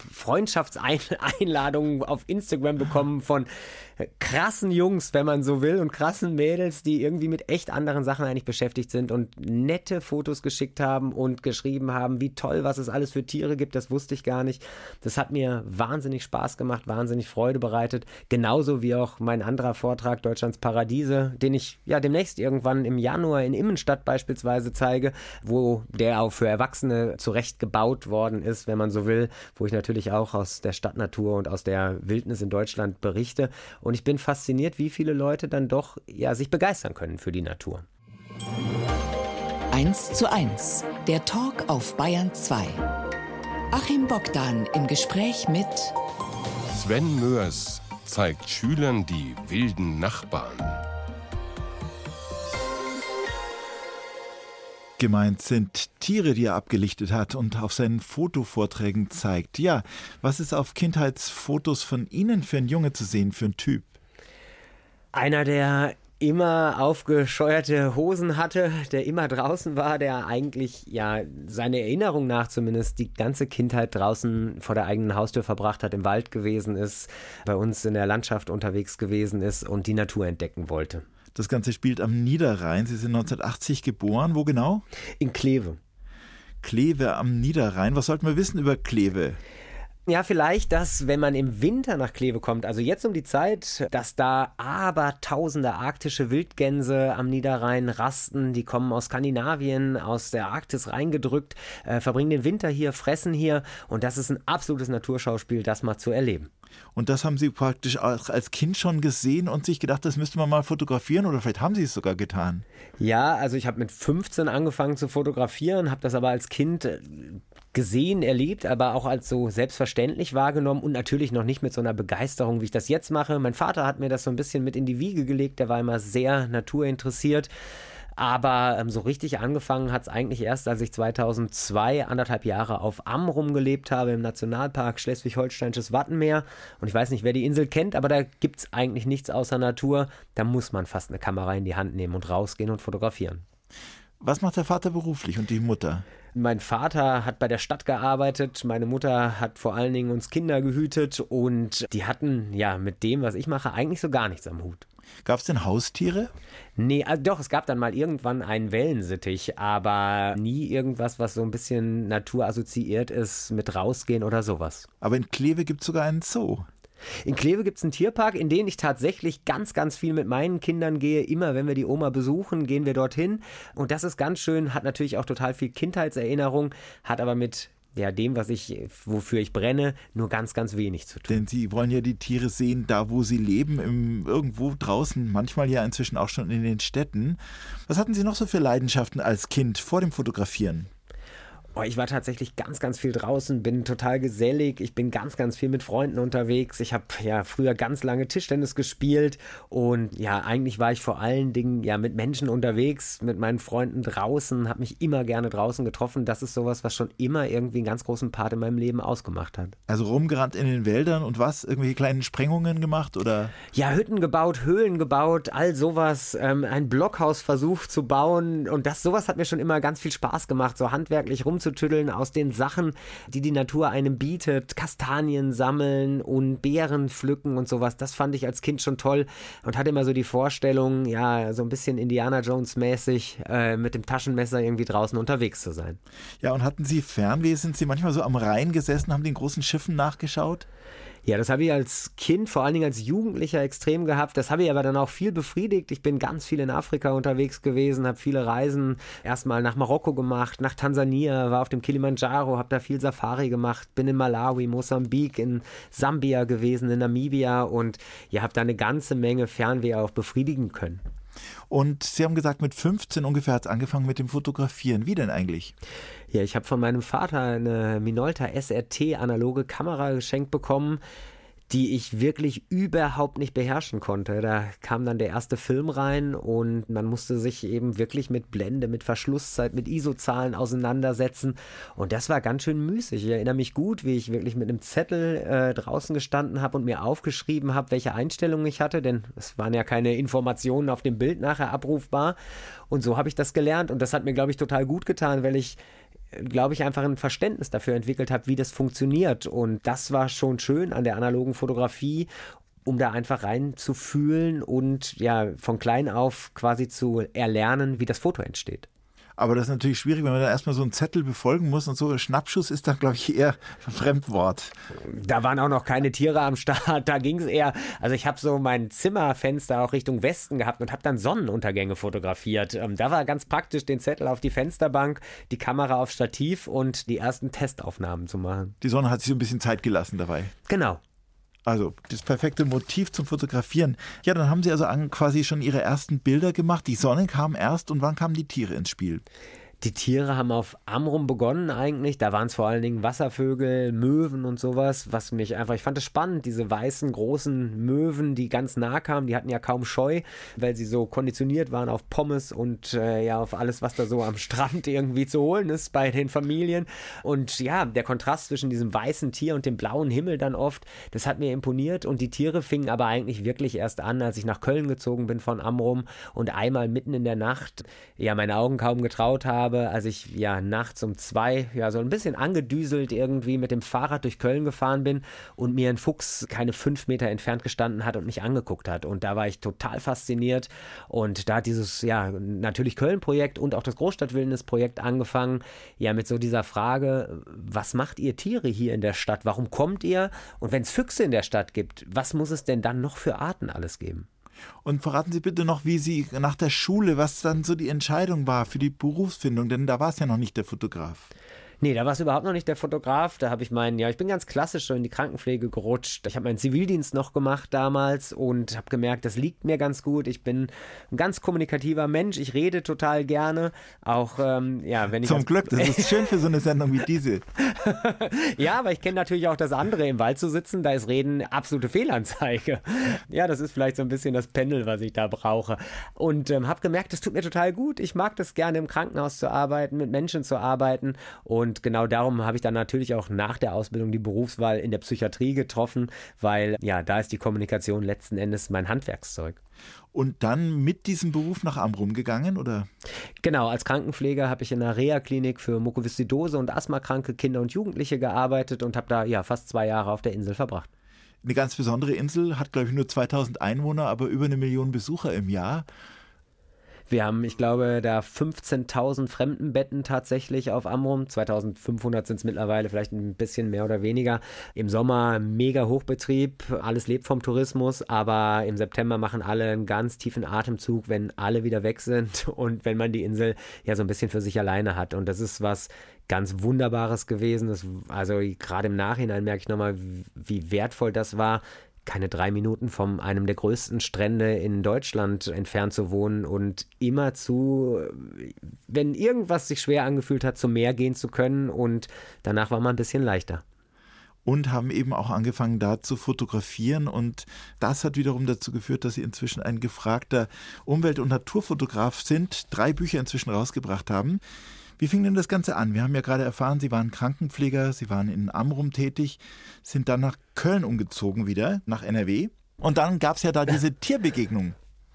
Freundschaftseinladungen auf Instagram bekommen von krassen Jungs, wenn man so will, und krassen Mädels, die irgendwie mit echt anderen Sachen eigentlich beschäftigt sind und nette Fotos geschickt haben und geschrieben haben, wie toll, was es alles für Tiere gibt, das wusste ich gar nicht. Das hat mir wahnsinnig Spaß gemacht, wahnsinnig Freude bereitet. Genauso wie auch mein anderer Vortrag Deutschlands Paradiese, den ich ja demnächst irgendwann im Januar in Immenstadt beispielsweise zeige, wo der auch für Erwachsene zurecht gebaut worden ist, wenn man so will, wo ich natürlich auch aus der Stadtnatur und aus der Wildnis in Deutschland berichte. Und ich bin fasziniert, wie viele Leute dann doch sich begeistern können für die Natur. 1:1, der Talk auf Bayern 2. Achim Bogdan im Gespräch mit Sven Moers zeigt Schülern die wilden Nachbarn. Gemeint sind Tiere, die er abgelichtet hat und auf seinen Fotovorträgen zeigt. Ja, was ist auf Kindheitsfotos von Ihnen für ein Junge zu sehen, für ein Typ? Einer, der immer aufgescheuerte Hosen hatte, der immer draußen war, der eigentlich, seiner Erinnerung nach zumindest, die ganze Kindheit draußen vor der eigenen Haustür verbracht hat, im Wald gewesen ist, bei uns in der Landschaft unterwegs gewesen ist und die Natur entdecken wollte. Das Ganze spielt am Niederrhein. Sie sind 1980 geboren. Wo genau? In Kleve. Kleve am Niederrhein. Was sollten wir wissen über Kleve? Ja, vielleicht, dass, wenn man im Winter nach Kleve kommt, also jetzt um die Zeit, dass da abertausende arktische Wildgänse am Niederrhein rasten. Die kommen aus Skandinavien, aus der Arktis reingedrückt, verbringen den Winter hier, fressen hier. Und das ist ein absolutes Naturschauspiel, das mal zu erleben. Und das haben Sie praktisch auch als Kind schon gesehen und sich gedacht, das müsste man mal fotografieren, oder vielleicht haben Sie es sogar getan? Ja, also ich habe mit 15 angefangen zu fotografieren, habe das aber als Kind gesehen, erlebt, aber auch als so selbstverständlich wahrgenommen und natürlich noch nicht mit so einer Begeisterung, wie ich das jetzt mache. Mein Vater hat mir das so ein bisschen mit in die Wiege gelegt, der war immer sehr naturinteressiert. Aber so richtig angefangen hat es eigentlich erst, als ich 2002 1,5 Jahre auf Amrum gelebt habe, im Nationalpark Schleswig-Holsteinisches Wattenmeer. Und ich weiß nicht, wer die Insel kennt, aber da gibt es eigentlich nichts außer Natur. Da muss man fast eine Kamera in die Hand nehmen und rausgehen und fotografieren. Was macht der Vater beruflich und die Mutter? Mein Vater hat bei der Stadt gearbeitet, meine Mutter hat vor allen Dingen uns Kinder gehütet und die hatten mit dem, was ich mache, eigentlich so gar nichts am Hut. Gab es denn Haustiere? Nee, doch, es gab dann mal irgendwann einen Wellensittich, aber nie irgendwas, was so ein bisschen naturassoziiert ist mit rausgehen oder sowas. Aber in Kleve gibt es sogar einen Zoo. In Kleve gibt es einen Tierpark, in den ich tatsächlich ganz, ganz viel mit meinen Kindern gehe. Immer wenn wir die Oma besuchen, gehen wir dorthin. Und das ist ganz schön, hat natürlich auch total viel Kindheitserinnerung, hat aber mit dem, wofür ich brenne, nur ganz, ganz wenig zu tun. Denn Sie wollen ja die Tiere sehen, da wo sie leben, irgendwo draußen, manchmal ja inzwischen auch schon in den Städten. Was hatten Sie noch so für Leidenschaften als Kind vor dem Fotografieren? Ich war tatsächlich ganz, ganz viel draußen, bin total gesellig, ich bin ganz, ganz viel mit Freunden unterwegs. Ich habe früher ganz lange Tischtennis gespielt und eigentlich war ich vor allen Dingen mit Menschen unterwegs, mit meinen Freunden draußen, habe mich immer gerne draußen getroffen. Das ist sowas, was schon immer irgendwie einen ganz großen Part in meinem Leben ausgemacht hat. Also rumgerannt in den Wäldern und was? Irgendwelche kleinen Sprengungen gemacht oder? Ja, Hütten gebaut, Höhlen gebaut, all sowas, ein Blockhaus versucht zu bauen und sowas hat mir schon immer ganz viel Spaß gemacht, so handwerklich rumzutütteln aus den Sachen, die die Natur einem bietet, Kastanien sammeln und Beeren pflücken und sowas. Das fand ich als Kind schon toll und hatte immer so die Vorstellung, so ein bisschen Indiana Jones mäßig mit dem Taschenmesser irgendwie draußen unterwegs zu sein. Ja, und hatten Sie Fernweh? Sind Sie manchmal so am Rhein gesessen, haben den großen Schiffen nachgeschaut? Ja, das habe ich als Kind, vor allen Dingen als Jugendlicher extrem gehabt. Das habe ich aber dann auch viel befriedigt. Ich bin ganz viel in Afrika unterwegs gewesen, habe viele Reisen erstmal nach Marokko gemacht, nach Tansania, war auf dem Kilimanjaro, habe da viel Safari gemacht, bin in Malawi, Mosambik, in Sambia gewesen, in Namibia und habe da eine ganze Menge Fernweh auch befriedigen können. Und Sie haben gesagt, mit 15 ungefähr hat es angefangen mit dem Fotografieren. Wie denn eigentlich? Ja, ich habe von meinem Vater eine Minolta SRT analoge Kamera geschenkt bekommen, die ich wirklich überhaupt nicht beherrschen konnte. Da kam dann der erste Film rein und man musste sich eben wirklich mit Blende, mit Verschlusszeit, mit ISO-Zahlen auseinandersetzen und das war ganz schön müßig. Ich erinnere mich gut, wie ich wirklich mit einem Zettel draußen gestanden habe und mir aufgeschrieben habe, welche Einstellungen ich hatte, denn es waren ja keine Informationen auf dem Bild nachher abrufbar und so habe ich das gelernt und das hat mir, glaube ich, total gut getan, weil ich einfach ein Verständnis dafür entwickelt habe, wie das funktioniert. Und das war schon schön an der analogen Fotografie, um da einfach reinzufühlen und von klein auf quasi zu erlernen, wie das Foto entsteht. Aber das ist natürlich schwierig, wenn man dann erstmal so einen Zettel befolgen muss und so. Schnappschuss ist dann, glaube ich, eher ein Fremdwort. Da waren auch noch keine Tiere am Start. Da ging es eher, also ich habe so mein Zimmerfenster auch Richtung Westen gehabt und habe dann Sonnenuntergänge fotografiert. Da war ganz praktisch, den Zettel auf die Fensterbank, die Kamera auf Stativ und die ersten Testaufnahmen zu machen. Die Sonne hat sich so ein bisschen Zeit gelassen dabei. Genau. Also das perfekte Motiv zum Fotografieren. Ja, dann haben Sie also quasi schon Ihre ersten Bilder gemacht. Die Sonne kam erst und wann kamen die Tiere ins Spiel? Die Tiere haben auf Amrum begonnen eigentlich. Da waren es vor allen Dingen Wasservögel, Möwen und sowas, ich fand es spannend, diese weißen, großen Möwen, die ganz nah kamen, die hatten ja kaum Scheu, weil sie so konditioniert waren auf Pommes und auf alles, was da so am Strand irgendwie zu holen ist bei den Familien. Und der Kontrast zwischen diesem weißen Tier und dem blauen Himmel dann oft, das hat mir imponiert und die Tiere fingen aber eigentlich wirklich erst an, als ich nach Köln gezogen bin von Amrum und einmal mitten in der Nacht meine Augen kaum getraut habe, als ich nachts um 2 so ein bisschen angedüselt irgendwie mit dem Fahrrad durch Köln gefahren bin und mir ein Fuchs keine 5 Meter entfernt gestanden hat und mich angeguckt hat. Und da war ich total fasziniert. Und da hat dieses natürlich Köln-Projekt und auch das Großstadtwildnis-Projekt angefangen, mit so dieser Frage, was macht ihr Tiere hier in der Stadt? Warum kommt ihr? Und wenn es Füchse in der Stadt gibt, was muss es denn dann noch für Arten alles geben? Und verraten Sie bitte noch, wie Sie nach der Schule, was dann so die Entscheidung war für die Berufsfindung, denn da war es ja noch nicht der Fotograf. Nee, da war es überhaupt noch nicht der Fotograf. Da habe ich ich bin ganz klassisch so in die Krankenpflege gerutscht. Ich habe meinen Zivildienst noch gemacht damals und habe gemerkt, das liegt mir ganz gut. Ich bin ein ganz kommunikativer Mensch. Ich rede total gerne. Auch, wenn ich... Zum Glück, das ist schön für so eine Sendung wie diese. Ja, aber ich kenne natürlich auch das andere, im Wald zu sitzen. Da ist Reden absolute Fehlanzeige. Ja, das ist vielleicht so ein bisschen das Pendel, was ich da brauche. Und habe gemerkt, das tut mir total gut. Ich mag das gerne, im Krankenhaus zu arbeiten, mit Menschen zu arbeiten. Und genau darum habe ich dann natürlich auch nach der Ausbildung die Berufswahl in der Psychiatrie getroffen, weil da ist die Kommunikation letzten Endes mein Handwerkszeug. Und dann mit diesem Beruf nach Amrum gegangen, oder? Genau, als Krankenpfleger habe ich in einer Reha-Klinik für Mukoviszidose und asthmakranke Kinder und Jugendliche gearbeitet und habe da fast 2 Jahre auf der Insel verbracht. eine ganz besondere Insel, hat glaube ich nur 2000 Einwohner, aber über 1 Million Besucher im Jahr. Wir haben, ich glaube, da 15.000 Fremdenbetten tatsächlich auf Amrum. 2.500 sind es mittlerweile, vielleicht ein bisschen mehr oder weniger. Im Sommer mega Hochbetrieb, alles lebt vom Tourismus, aber im September machen alle einen ganz tiefen Atemzug, wenn alle wieder weg sind und wenn man die Insel ja so ein bisschen für sich alleine hat. Und das ist was ganz Wunderbares gewesen. Also gerade im Nachhinein merke ich nochmal, wie wertvoll das war, keine 3 Minuten von einem der größten Strände in Deutschland entfernt zu wohnen und immerzu, wenn irgendwas sich schwer angefühlt hat, zum Meer gehen zu können, und danach war man ein bisschen leichter. Und haben eben auch angefangen, da zu fotografieren, und das hat wiederum dazu geführt, dass sie inzwischen ein gefragter Umwelt- und Naturfotograf sind, 3 Bücher inzwischen rausgebracht haben. Wie fing denn das Ganze an? Wir haben ja gerade erfahren, Sie waren Krankenpfleger, Sie waren in Amrum tätig, sind dann nach Köln umgezogen wieder, nach NRW. Und dann gab es ja da diese Tierbegegnung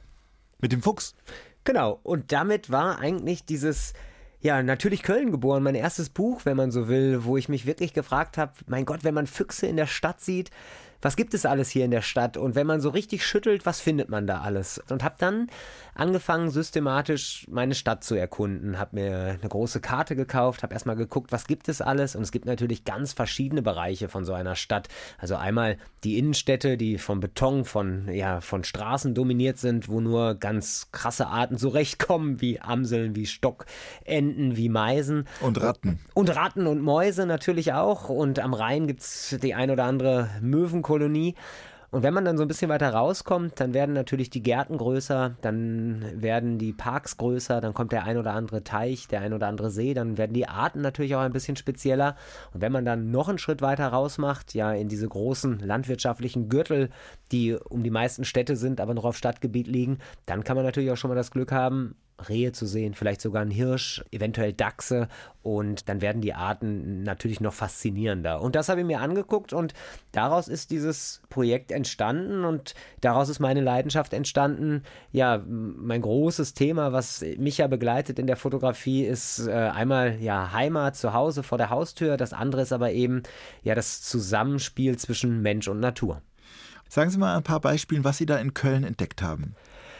mit dem Fuchs. Genau, und damit war eigentlich dieses, ja, natürlich Köln geboren, mein erstes Buch, wenn man so will, wo ich mich wirklich gefragt habe, mein Gott, wenn man Füchse in der Stadt sieht, was gibt es alles hier in der Stadt? Und wenn man so richtig schüttelt, was findet man da alles? Und habe dann angefangen, systematisch meine Stadt zu erkunden. Habe mir eine große Karte gekauft, habe erstmal geguckt, was gibt es alles? Und es gibt natürlich ganz verschiedene Bereiche von so einer Stadt. Also einmal die Innenstädte, die vom Beton, von Straßen dominiert sind, wo nur ganz krasse Arten zurechtkommen, wie Amseln, wie Stockenten, wie Meisen. Und Ratten. Und Ratten und Mäuse natürlich auch. Und am Rhein gibt es die ein oder andere Möwenkolonie. Und wenn man dann so ein bisschen weiter rauskommt, dann werden natürlich die Gärten größer, dann werden die Parks größer, dann kommt der ein oder andere Teich, der ein oder andere See, dann werden die Arten natürlich auch ein bisschen spezieller. Und wenn man dann noch einen Schritt weiter raus macht, ja, in diese großen landwirtschaftlichen Gürtel, die um die meisten Städte sind, aber noch auf Stadtgebiet liegen, dann kann man natürlich auch schon mal das Glück haben, Rehe zu sehen, vielleicht sogar einen Hirsch, eventuell Dachse, und dann werden die Arten natürlich noch faszinierender. Und das habe ich mir angeguckt, und daraus ist dieses Projekt entstanden, und daraus ist meine Leidenschaft entstanden. Ja, mein großes Thema, was mich ja begleitet in der Fotografie, ist einmal ja Heimat, zu Hause, vor der Haustür. Das andere ist aber eben ja das Zusammenspiel zwischen Mensch und Natur. Sagen Sie mal ein paar Beispiele, was Sie da in Köln entdeckt haben.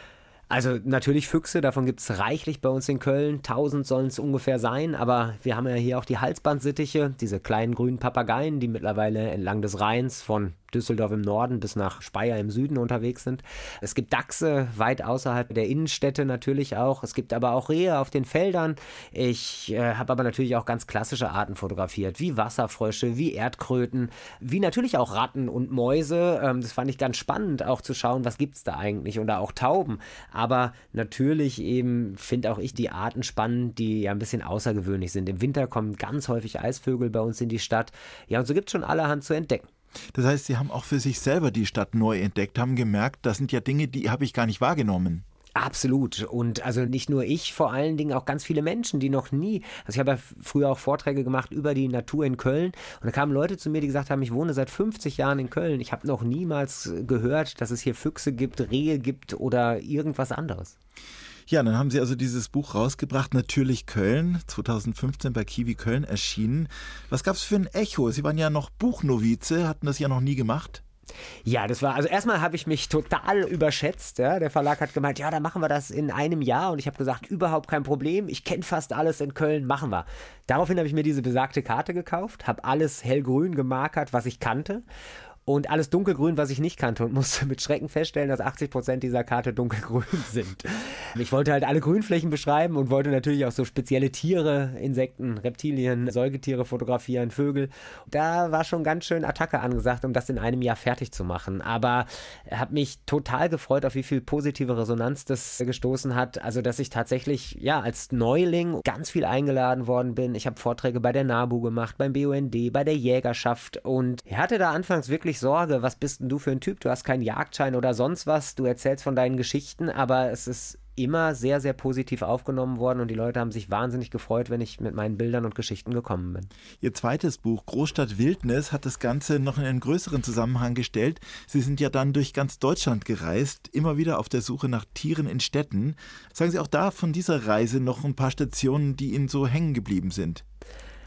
Also natürlich Füchse, davon gibt es reichlich bei uns in Köln. 1000 sollen es ungefähr sein, aber wir haben ja hier auch die Halsbandsittiche, diese kleinen grünen Papageien, die mittlerweile entlang des Rheins von Düsseldorf im Norden bis nach Speyer im Süden unterwegs sind. Es gibt Dachse weit außerhalb der Innenstädte natürlich auch. Es gibt aber auch Rehe auf den Feldern. Ich habe aber natürlich auch ganz klassische Arten fotografiert, wie Wasserfrösche, wie Erdkröten, wie natürlich auch Ratten und Mäuse. Das fand ich ganz spannend, auch zu schauen, was gibt es da eigentlich, oder auch Tauben. Aber natürlich eben finde auch ich die Arten spannend, die ja ein bisschen außergewöhnlich sind. Im Winter kommen ganz häufig Eisvögel bei uns in die Stadt. Ja, und so gibt es schon allerhand zu entdecken. Das heißt, Sie haben auch für sich selber die Stadt neu entdeckt, haben gemerkt, das sind ja Dinge, die habe ich gar nicht wahrgenommen. Absolut. Und also nicht nur ich, vor allen Dingen auch ganz viele Menschen, die noch nie, also ich habe ja früher auch Vorträge gemacht über die Natur in Köln, und da kamen Leute zu mir, die gesagt haben, ich wohne seit 50 Jahren in Köln, ich habe noch niemals gehört, dass es hier Füchse gibt, Rehe gibt oder irgendwas anderes. Ja, dann haben Sie also dieses Buch rausgebracht, natürlich Köln, 2015 bei Kiwi Köln erschienen. Was gab es für ein Echo? Sie waren ja noch Buchnovize, hatten das ja noch nie gemacht. Ja, das war, also erstmal habe ich mich total überschätzt. Ja. Der Verlag hat gemeint, ja, dann machen wir das in einem Jahr. Und ich habe gesagt, überhaupt kein Problem. Ich kenne fast alles in Köln, machen wir. Daraufhin habe ich mir diese besagte Karte gekauft, habe alles hellgrün gemarkert, was ich kannte. Und alles dunkelgrün, was ich nicht kannte, und musste mit Schrecken feststellen, dass 80% dieser Karte dunkelgrün sind. Ich wollte halt alle Grünflächen beschreiben und wollte natürlich auch so spezielle Tiere, Insekten, Reptilien, Säugetiere fotografieren, Vögel. Da war schon ganz schön Attacke angesagt, um das in einem Jahr fertig zu machen. Aber habe mich total gefreut, auf wie viel positive Resonanz das gestoßen hat. Also, dass ich tatsächlich, ja, als Neuling ganz viel eingeladen worden bin. Ich habe Vorträge bei der NABU gemacht, beim BUND, bei der Jägerschaft, und ich hatte da anfangs wirklich Sorge, was bist denn du für ein Typ? Du hast keinen Jagdschein oder sonst was, du erzählst von deinen Geschichten, aber es ist immer sehr, sehr positiv aufgenommen worden, und die Leute haben sich wahnsinnig gefreut, wenn ich mit meinen Bildern und Geschichten gekommen bin. Ihr zweites Buch, Großstadt Wildnis, hat das Ganze noch in einen größeren Zusammenhang gestellt. Sie sind ja dann durch ganz Deutschland gereist, immer wieder auf der Suche nach Tieren in Städten. Sagen Sie auch da von dieser Reise noch ein paar Stationen, die Ihnen so hängen geblieben sind?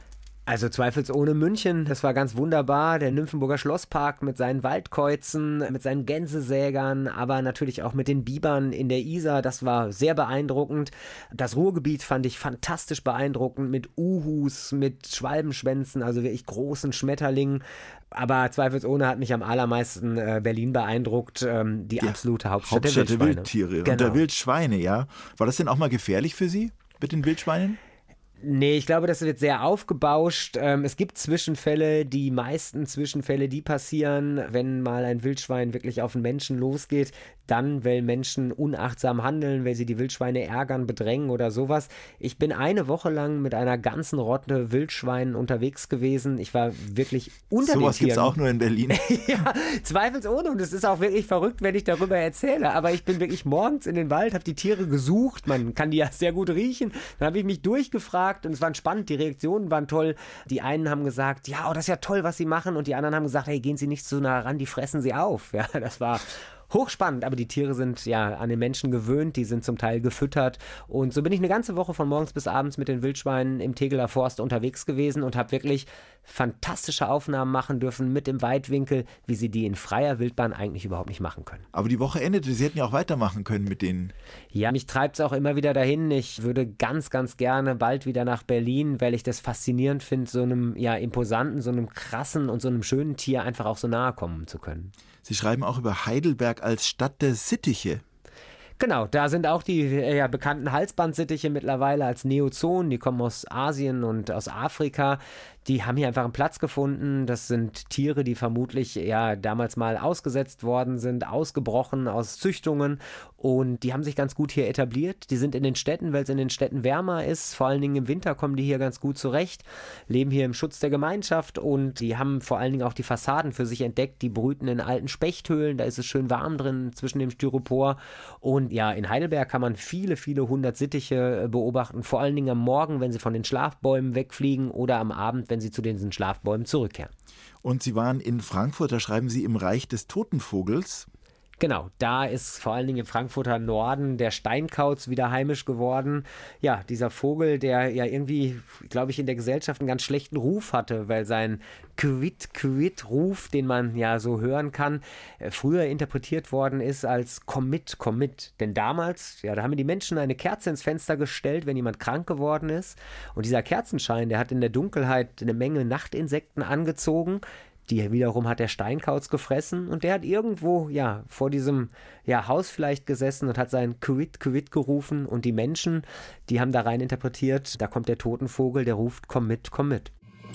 Also zweifelsohne München, das war ganz wunderbar. Der Nymphenburger Schlosspark mit seinen Waldkäuzen, mit seinen Gänsesägern, aber natürlich auch mit den Bibern in der Isar. Das war sehr beeindruckend. Das Ruhrgebiet fand ich fantastisch beeindruckend mit Uhus, mit Schwalbenschwänzen, also wirklich großen Schmetterlingen. Aber zweifelsohne hat mich am allermeisten Berlin beeindruckt, die absolute Hauptstadt der Wildschweine. Wildtiere und der Wildschweine, ja. War das denn auch mal gefährlich für Sie mit den Wildschweinen? Nee, ich glaube, das wird sehr aufgebauscht. Es gibt Zwischenfälle, die meisten Zwischenfälle, die passieren, wenn mal ein Wildschwein wirklich auf einen Menschen losgeht, dann, weil Menschen unachtsam handeln, weil sie die Wildschweine ärgern, bedrängen oder sowas. Ich bin eine Woche lang mit einer ganzen Rotte Wildschweinen unterwegs gewesen. Ich war wirklich unter den Tieren. Sowas gibt es auch nur in Berlin. Ja, zweifelsohne. Und es ist auch wirklich verrückt, wenn ich darüber erzähle. Aber ich bin wirklich morgens in den Wald, habe die Tiere gesucht. Man kann die ja sehr gut riechen. Dann habe ich mich durchgefragt und es war spannend. Die Reaktionen waren toll. Die einen haben gesagt, ja, das ist ja toll, was sie machen. Und die anderen haben gesagt, hey, gehen Sie nicht so nah ran, die fressen Sie auf. Ja, das war hochspannend, aber die Tiere sind ja an den Menschen gewöhnt, die sind zum Teil gefüttert und so bin ich eine ganze Woche von morgens bis abends mit den Wildschweinen im Tegeler Forst unterwegs gewesen und habe wirklich fantastische Aufnahmen machen dürfen mit dem Weitwinkel, wie sie die in freier Wildbahn eigentlich überhaupt nicht machen können. Aber die Woche endete, Sie hätten ja auch weitermachen können mit denen. Ja, mich treibt es auch immer wieder dahin. Ich würde ganz, ganz gerne bald wieder nach Berlin, weil ich das faszinierend finde, so einem imposanten, so einem krassen und so einem schönen Tier einfach auch so nahe kommen zu können. Sie schreiben auch über Heidelberg als Stadt der Sittiche. Genau, da sind auch die bekannten Halsbandsittiche mittlerweile als Neozoen, die kommen aus Asien und aus Afrika. Die haben hier einfach einen Platz gefunden. Das sind Tiere, die vermutlich damals mal ausgesetzt worden sind, ausgebrochen aus Züchtungen und die haben sich ganz gut hier etabliert. Die sind in den Städten, weil es in den Städten wärmer ist. Vor allen Dingen im Winter kommen die hier ganz gut zurecht, leben hier im Schutz der Gemeinschaft und die haben vor allen Dingen auch die Fassaden für sich entdeckt. Die brüten in alten Spechthöhlen, da ist es schön warm drin zwischen dem Styropor und in Heidelberg kann man viele, viele hundert Sittiche beobachten, vor allen Dingen am Morgen, wenn sie von den Schlafbäumen wegfliegen oder am Abend, wenn sie zu diesen Schlafbäumen zurückkehren. Und Sie waren in Frankfurt, da schreiben Sie im Reich des Totenvogels. Genau, da ist vor allen Dingen im Frankfurter Norden der Steinkauz wieder heimisch geworden. Ja, dieser Vogel, der ja irgendwie, glaube ich, in der Gesellschaft einen ganz schlechten Ruf hatte, weil sein Quitt-Quitt-Ruf, den man ja so hören kann, früher interpretiert worden ist als Kommit. Denn damals, da haben die Menschen eine Kerze ins Fenster gestellt, wenn jemand krank geworden ist. Und dieser Kerzenschein, der hat in der Dunkelheit eine Menge Nachtinsekten angezogen. Die wiederum hat der Steinkauz gefressen und der hat irgendwo, vor diesem Haus vielleicht gesessen und hat sein Quitt, Quitt gerufen und die Menschen, die haben da rein interpretiert, da kommt der Totenvogel, der ruft, komm mit, komm mit.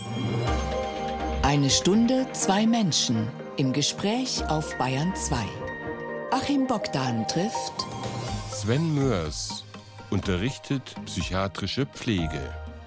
Eine Stunde, zwei Menschen im Gespräch auf Bayern 2. Achim Bogdan trifft Sven Moers, unterrichtet psychiatrische Pflege.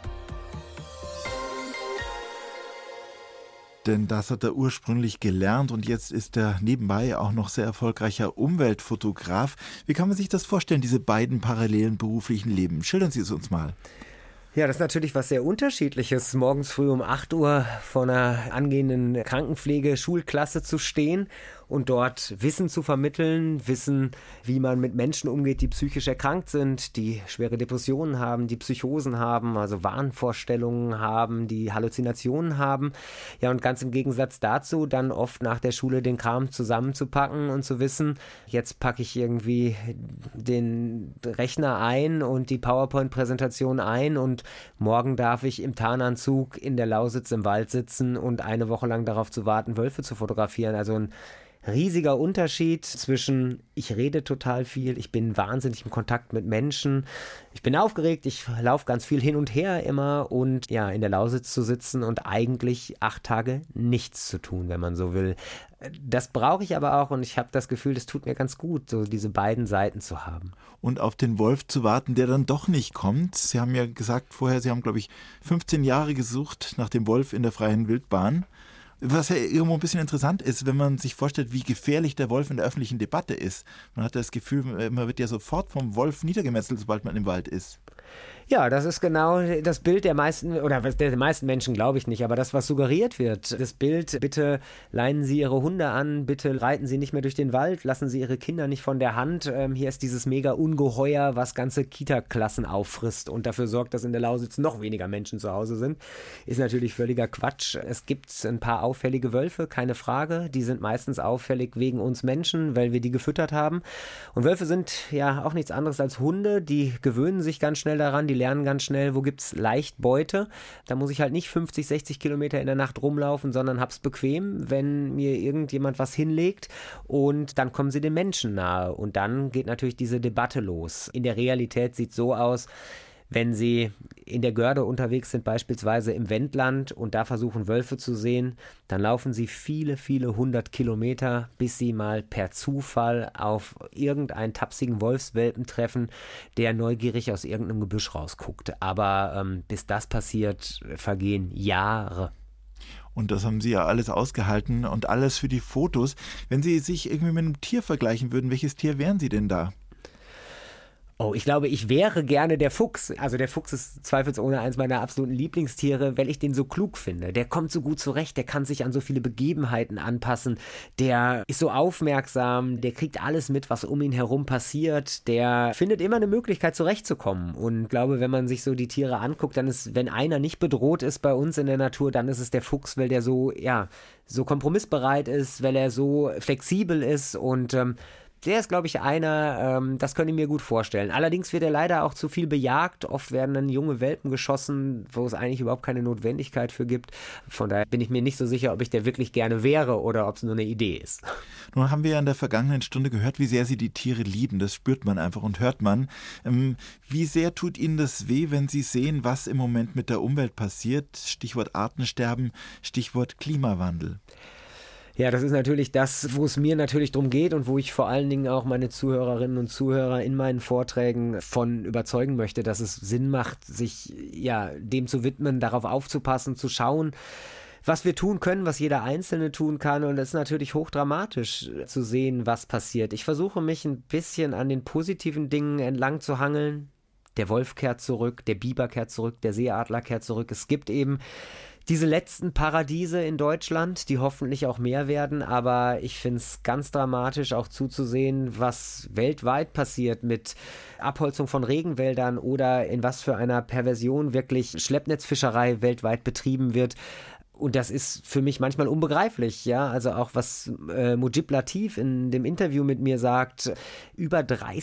Denn das hat er ursprünglich gelernt und jetzt ist er nebenbei auch noch sehr erfolgreicher Umweltfotograf. Wie kann man sich das vorstellen, diese beiden parallelen beruflichen Leben? Schildern Sie es uns mal. Ja, das ist natürlich was sehr Unterschiedliches, morgens früh um 8 Uhr vor einer angehenden Krankenpflege-Schulklasse zu stehen und dort Wissen zu vermitteln, Wissen, wie man mit Menschen umgeht, die psychisch erkrankt sind, die schwere Depressionen haben, die Psychosen haben, also Wahnvorstellungen haben, die Halluzinationen haben. Ja, und ganz im Gegensatz dazu dann oft nach der Schule den Kram zusammenzupacken und zu wissen, jetzt packe ich irgendwie den Rechner ein und die PowerPoint-Präsentation ein und morgen darf ich im Tarnanzug in der Lausitz im Wald sitzen und eine Woche lang darauf zu warten, Wölfe zu fotografieren. Also ein riesiger Unterschied zwischen, ich rede total viel, ich bin wahnsinnig im Kontakt mit Menschen, ich bin aufgeregt, ich laufe ganz viel hin und her immer und in der Lausitz zu sitzen und eigentlich 8 Tage nichts zu tun, wenn man so will. Das brauche ich aber auch und ich habe das Gefühl, das tut mir ganz gut, so diese beiden Seiten zu haben. Und auf den Wolf zu warten, der dann doch nicht kommt. Sie haben ja gesagt vorher, Sie haben, glaube ich, 15 Jahre gesucht nach dem Wolf in der freien Wildbahn. Was ja irgendwo ein bisschen interessant ist, wenn man sich vorstellt, wie gefährlich der Wolf in der öffentlichen Debatte ist. Man hat das Gefühl, man wird ja sofort vom Wolf niedergemetzelt, sobald man im Wald ist. Ja, das ist genau das Bild der meisten, oder der meisten Menschen glaube ich nicht, aber das, was suggeriert wird. Das Bild, bitte leinen Sie Ihre Hunde an, bitte reiten Sie nicht mehr durch den Wald, lassen Sie Ihre Kinder nicht von der Hand. Hier ist dieses mega Ungeheuer, was ganze Kita-Klassen auffrisst und dafür sorgt, dass in der Lausitz noch weniger Menschen zu Hause sind. Ist natürlich völliger Quatsch. Es gibt ein paar auffällige Wölfe, keine Frage. Die sind meistens auffällig wegen uns Menschen, weil wir die gefüttert haben. Und Wölfe sind ja auch nichts anderes als Hunde, die gewöhnen sich ganz schnell daran, die lernen ganz schnell, wo gibt's leicht Beute. Da muss ich halt nicht 50, 60 Kilometer in der Nacht rumlaufen, sondern hab's bequem, wenn mir irgendjemand was hinlegt und dann kommen sie den Menschen nahe. Und dann geht natürlich diese Debatte los. In der Realität sieht es so aus, wenn Sie in der Görde unterwegs sind, beispielsweise im Wendland und da versuchen Wölfe zu sehen, dann laufen Sie viele, viele 100 Kilometer, bis Sie mal per Zufall auf irgendeinen tapsigen Wolfswelpen treffen, der neugierig aus irgendeinem Gebüsch rausguckt. Aber bis das passiert, vergehen Jahre. Und das haben Sie ja alles ausgehalten und alles für die Fotos. Wenn Sie sich irgendwie mit einem Tier vergleichen würden, welches Tier wären Sie denn da? Oh, ich glaube, ich wäre gerne der Fuchs. Also der Fuchs ist zweifelsohne eins meiner absoluten Lieblingstiere, weil ich den so klug finde. Der kommt so gut zurecht, der kann sich an so viele Begebenheiten anpassen, der ist so aufmerksam, der kriegt alles mit, was um ihn herum passiert, der findet immer eine Möglichkeit zurechtzukommen. Und ich glaube, wenn man sich so die Tiere anguckt, dann ist, wenn einer nicht bedroht ist bei uns in der Natur, dann ist es der Fuchs, weil der so, ja, so kompromissbereit ist, weil er so flexibel ist und der ist, glaube ich, einer, das könnte ich mir gut vorstellen. Allerdings wird er leider auch zu viel bejagt. Oft werden dann junge Welpen geschossen, wo es eigentlich überhaupt keine Notwendigkeit für gibt. Von daher bin ich mir nicht so sicher, ob ich der wirklich gerne wäre oder ob es nur eine Idee ist. Nun haben wir ja in der vergangenen Stunde gehört, wie sehr Sie die Tiere lieben. Das spürt man einfach und hört man. Wie sehr tut Ihnen das weh, wenn Sie sehen, was im Moment mit der Umwelt passiert? Stichwort Artensterben, Stichwort Klimawandel. Ja, das ist natürlich das, wo es mir natürlich drum geht und wo ich vor allen Dingen auch meine Zuhörerinnen und Zuhörer in meinen Vorträgen von überzeugen möchte, dass es Sinn macht, sich ja dem zu widmen, darauf aufzupassen, zu schauen, was wir tun können, was jeder Einzelne tun kann. Und es ist natürlich hochdramatisch zu sehen, was passiert. Ich versuche mich ein bisschen an den positiven Dingen entlang zu hangeln. Der Wolf kehrt zurück, der Biber kehrt zurück, der Seeadler kehrt zurück. Es gibt eben diese letzten Paradiese in Deutschland, die hoffentlich auch mehr werden, aber ich finde es ganz dramatisch auch zuzusehen, was weltweit passiert mit Abholzung von Regenwäldern oder in was für einer Perversion wirklich Schleppnetzfischerei weltweit betrieben wird. Und das ist für mich manchmal unbegreiflich, ja, also auch was Mujib Latif in dem Interview mit mir sagt, über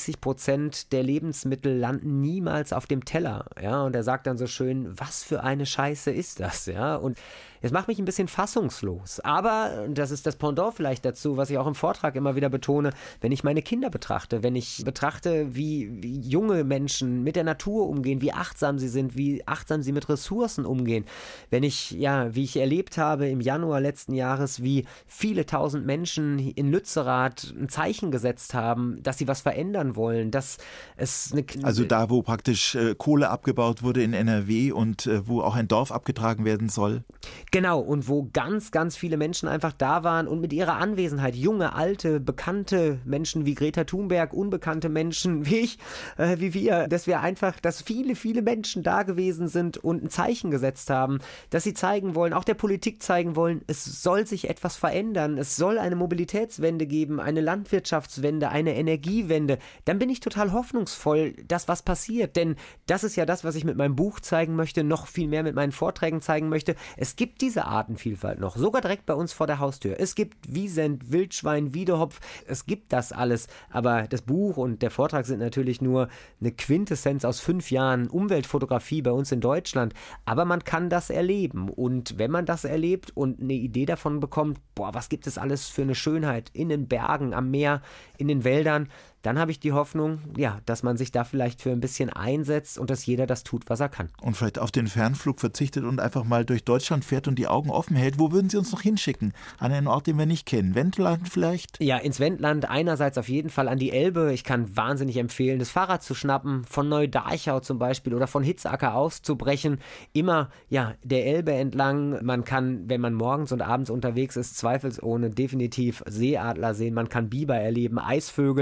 30% der Lebensmittel landen niemals auf dem Teller, ja, und er sagt dann so schön, was für eine Scheiße ist das, ja, und es macht mich ein bisschen fassungslos, aber das ist das Pendant vielleicht dazu, was ich auch im Vortrag immer wieder betone, wenn ich meine Kinder betrachte, wenn ich betrachte, wie junge Menschen mit der Natur umgehen, wie achtsam sie sind, wie achtsam sie mit Ressourcen umgehen, wenn ich, ja, wie ich erlebt habe im Januar letzten Jahres, wie viele tausend Menschen in Lützerath ein Zeichen gesetzt haben, dass sie was verändern wollen, dass es also da, wo praktisch Kohle abgebaut wurde in NRW und wo auch ein Dorf abgetragen werden soll. Genau, und wo ganz, ganz viele Menschen einfach da waren und mit ihrer Anwesenheit, junge, alte, bekannte Menschen wie Greta Thunberg, unbekannte Menschen wie ich, wie wir, dass wir einfach, dass viele, viele Menschen da gewesen sind und ein Zeichen gesetzt haben, dass sie zeigen wollen, auch der Politik zeigen wollen, es soll sich etwas verändern, es soll eine Mobilitätswende geben, eine Landwirtschaftswende, eine Energiewende, dann bin ich total hoffnungsvoll, dass was passiert, denn das ist ja das, was ich mit meinem Buch zeigen möchte, noch viel mehr mit meinen Vorträgen zeigen möchte. Es gibt diese Artenvielfalt noch, sogar direkt bei uns vor der Haustür. Es gibt Wiesent, Wildschwein, Wiedehopf, es gibt das alles, aber das Buch und der Vortrag sind natürlich nur eine Quintessenz aus 5 Jahren Umweltfotografie bei uns in Deutschland, aber man kann das erleben und wenn man das erlebt und eine Idee davon bekommt, boah, was gibt es alles für eine Schönheit in den Bergen, am Meer, in den Wäldern, dann habe ich die Hoffnung, ja, dass man sich da vielleicht für ein bisschen einsetzt und dass jeder das tut, was er kann. Und vielleicht auf den Fernflug verzichtet und einfach mal durch Deutschland fährt und die Augen offen hält. Wo würden Sie uns noch hinschicken? An einen Ort, den wir nicht kennen? Wendland vielleicht? Ja, ins Wendland einerseits auf jeden Fall an die Elbe. Ich kann wahnsinnig empfehlen, das Fahrrad zu schnappen, von Neu-Darchau zum Beispiel oder von Hitzacker auszubrechen. Immer, ja, der Elbe entlang. Man kann, wenn man morgens und abends unterwegs ist, zweifelsohne definitiv Seeadler sehen. Man kann Biber erleben, Eisvögel. Mit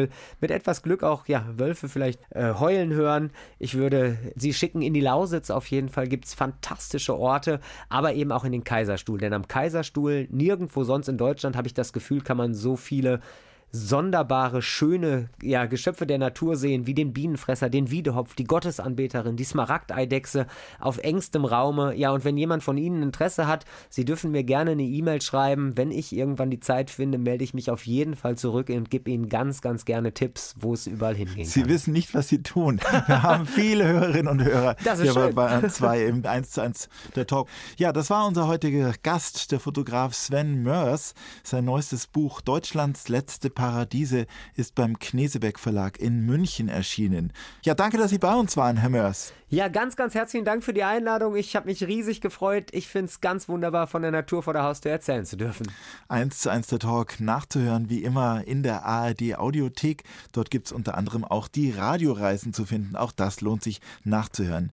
mit etwas Glück auch Wölfe vielleicht heulen hören. Ich würde Sie schicken in die Lausitz, auf jeden Fall gibt es fantastische Orte, aber eben auch in den Kaiserstuhl. Denn am Kaiserstuhl, nirgendwo sonst in Deutschland, habe ich das Gefühl, kann man so viele sonderbare, schöne Geschöpfe der Natur sehen, wie den Bienenfresser, den Wiedehopf, die Gottesanbeterin, die Smaragdeidechse auf engstem Raume. Ja, und wenn jemand von Ihnen Interesse hat, Sie dürfen mir gerne eine E-Mail schreiben. Wenn ich irgendwann die Zeit finde, melde ich mich auf jeden Fall zurück und gebe Ihnen ganz, ganz gerne Tipps, wo es überall hingehen kann. Sie wissen nicht, was Sie tun. Wir haben viele Hörerinnen und Hörer hier bei Bayern 2 im 1:1 der Talk. Ja, das war unser heutiger Gast, der Fotograf Sven Moers. Sein neuestes Buch Deutschlands letzte Paradiese ist beim Knesebeck Verlag in München erschienen. Ja, danke, dass Sie bei uns waren, Herr Moers. Ja, ganz, ganz herzlichen Dank für die Einladung. Ich habe mich riesig gefreut. Ich finde es ganz wunderbar, von der Natur vor der Haustür erzählen zu dürfen. 1:1 der Talk nachzuhören, wie immer in der ARD Audiothek. Dort gibt es unter anderem auch die Radioreisen zu finden. Auch das lohnt sich nachzuhören.